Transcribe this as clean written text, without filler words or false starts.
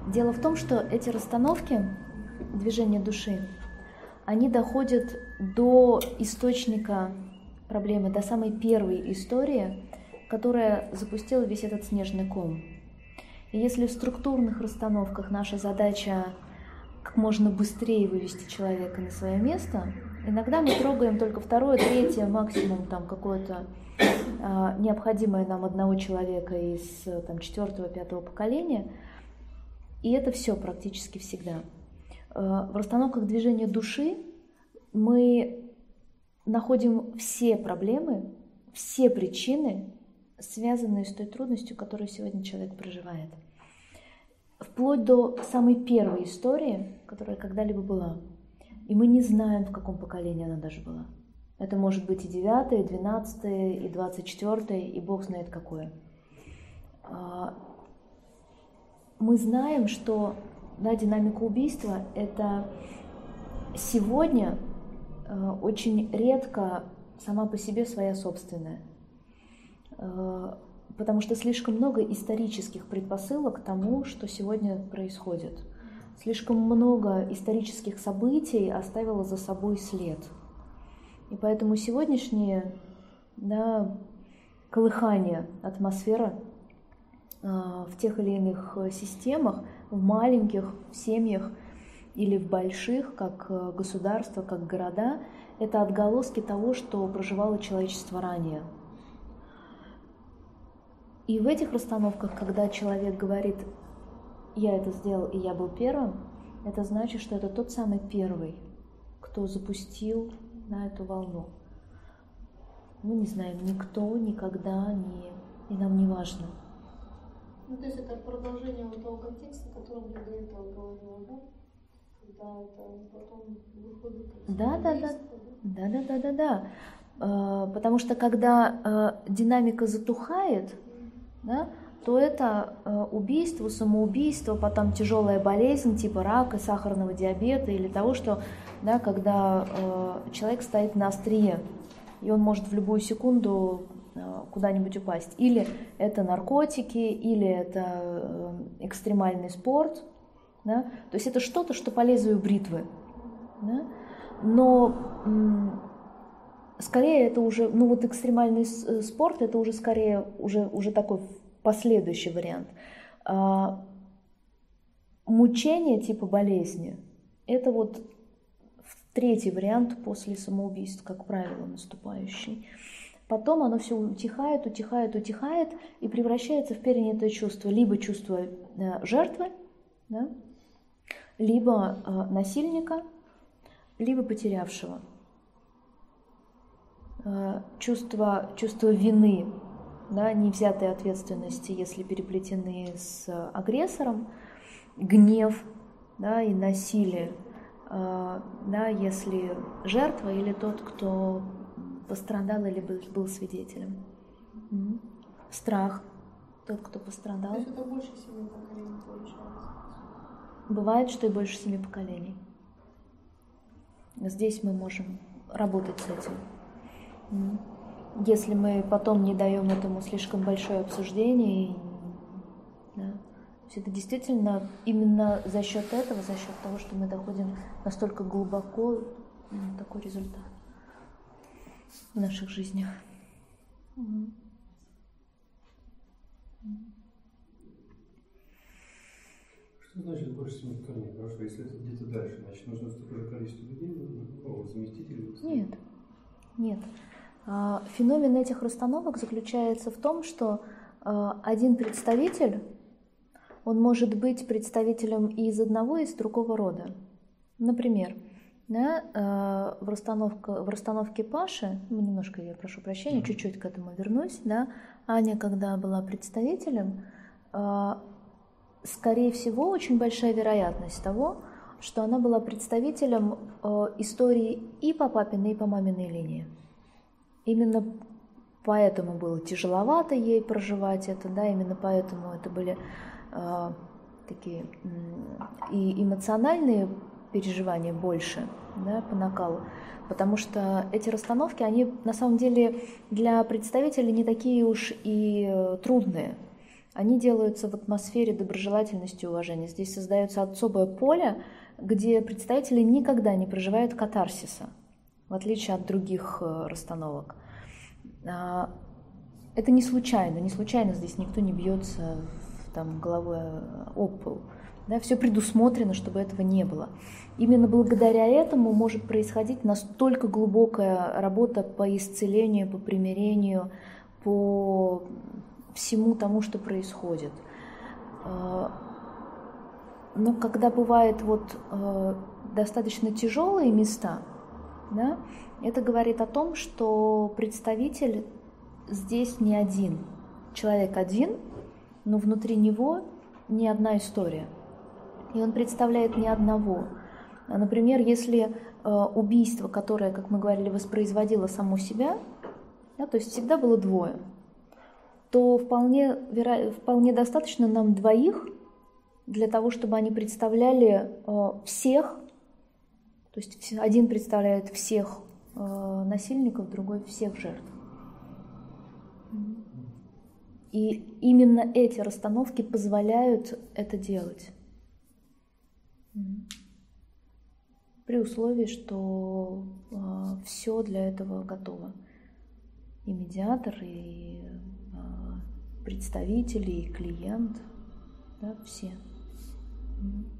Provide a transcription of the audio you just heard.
Дело в том, что эти расстановки движения души, они доходят до источника проблемы, до самой первой истории, которая запустила весь этот снежный ком. И если в структурных расстановках наша задача как можно быстрее вывести человека на свое место, иногда мы трогаем только второе, третье, максимум там какое-то необходимое нам одного человека из там, четвертого, пятого поколения, и это все практически всегда. В расстановках движения души мы находим все проблемы, все причины, связанные с той трудностью, которую сегодня человек проживает. Вплоть до самой первой истории, которая когда-либо была. И мы не знаем, в каком поколении она даже была. Это может быть и 9, и 12, и 24, и Бог знает какое. Мы знаем, что динамика убийства – это сегодня очень редко сама по себе своя собственная. Потому что слишком много исторических предпосылок к тому, что сегодня происходит. Слишком много исторических событий оставило за собой след. И поэтому сегодняшнее колыхание атмосферы в тех или иных системах, в маленьких, в семьях или в больших, как государства, как города, это отголоски того, что проживало человечество ранее. И в этих расстановках, когда человек говорит «я это сделал, и я был первым», это значит, что это тот самый первый, кто запустил эту волну. Мы не знаем никто, никогда, и нам не важно. Ну, то есть это продолжение вот того контекста, который мы до этого говорила, да? Когда это потом выходит как Да. Потому что когда динамика затухает, то это убийство, самоубийство, потом тяжелая болезнь типа рака, сахарного диабета или того, что когда человек стоит на острие, и он может в любую секунду куда-нибудь упасть. Или это наркотики, или это экстремальный спорт. Да? То есть это что-то, что по лезвию бритвы. Да? Но скорее это уже, экстремальный спорт, это уже скорее уже такой последующий вариант. Мучение типа болезни, это вот третий вариант после самоубийства, как правило, наступающий. Потом оно все утихает и превращается в перенятое чувство. Либо чувство жертвы, да? Либо насильника, либо потерявшего. Чувство вины, невзятой ответственности, если переплетены с агрессором, гнев, и насилие, если жертва или тот, кто пострадал или был свидетелем. Страх, тот, кто пострадал. То есть это больше 7 поколений получается? Бывает, что и больше 7 поколений. Здесь мы можем работать с этим. Если мы потом не даем этому слишком большое обсуждение, это действительно именно за счет этого, за счет того, что мы доходим настолько глубоко, такой результат в наших жизнях. Что значит больше 7 поколений? Хорошо, если это где-то дальше, значит нужно столько же количество людей, заместителей? Нет. Феномен этих расстановок заключается в том, что один представитель, он может быть представителем и из одного, и из другого рода. Например, в расстановке Паши, немножко я прошу прощения, чуть-чуть к этому вернусь, Аня, когда была представителем, скорее всего, очень большая вероятность того, что она была представителем истории и по папиной, и по маминой линии. Именно поэтому было тяжеловато ей проживать это, именно поэтому это были такие и эмоциональные переживания больше, по накалу, потому что эти расстановки, они на самом деле для представителей не такие уж и трудные. они делаются в атмосфере доброжелательности и уважения. Здесь создается особое поле, где представители никогда не проживают катарсиса, в отличие от других расстановок. Это не случайно. Не случайно здесь никто не бьется там, головой об пол. Да, все предусмотрено, чтобы этого не было. Именно благодаря этому может происходить настолько глубокая работа по исцелению, по примирению, по всему тому, что происходит. Но когда бывают достаточно тяжелые места, да, это говорит о том, что представитель здесь не один. Человек один, но внутри него не одна история. И он представляет не одного. Например, если убийство, которое, как мы говорили, воспроизводило само себя, да, то есть всегда было двое, то вполне достаточно нам двоих для того, чтобы они представляли всех, то есть один представляет всех насильников, другой всех жертв. И именно эти расстановки позволяют это делать. При условии, что все для этого готово. И медиатор, и представители, и клиент, да, все.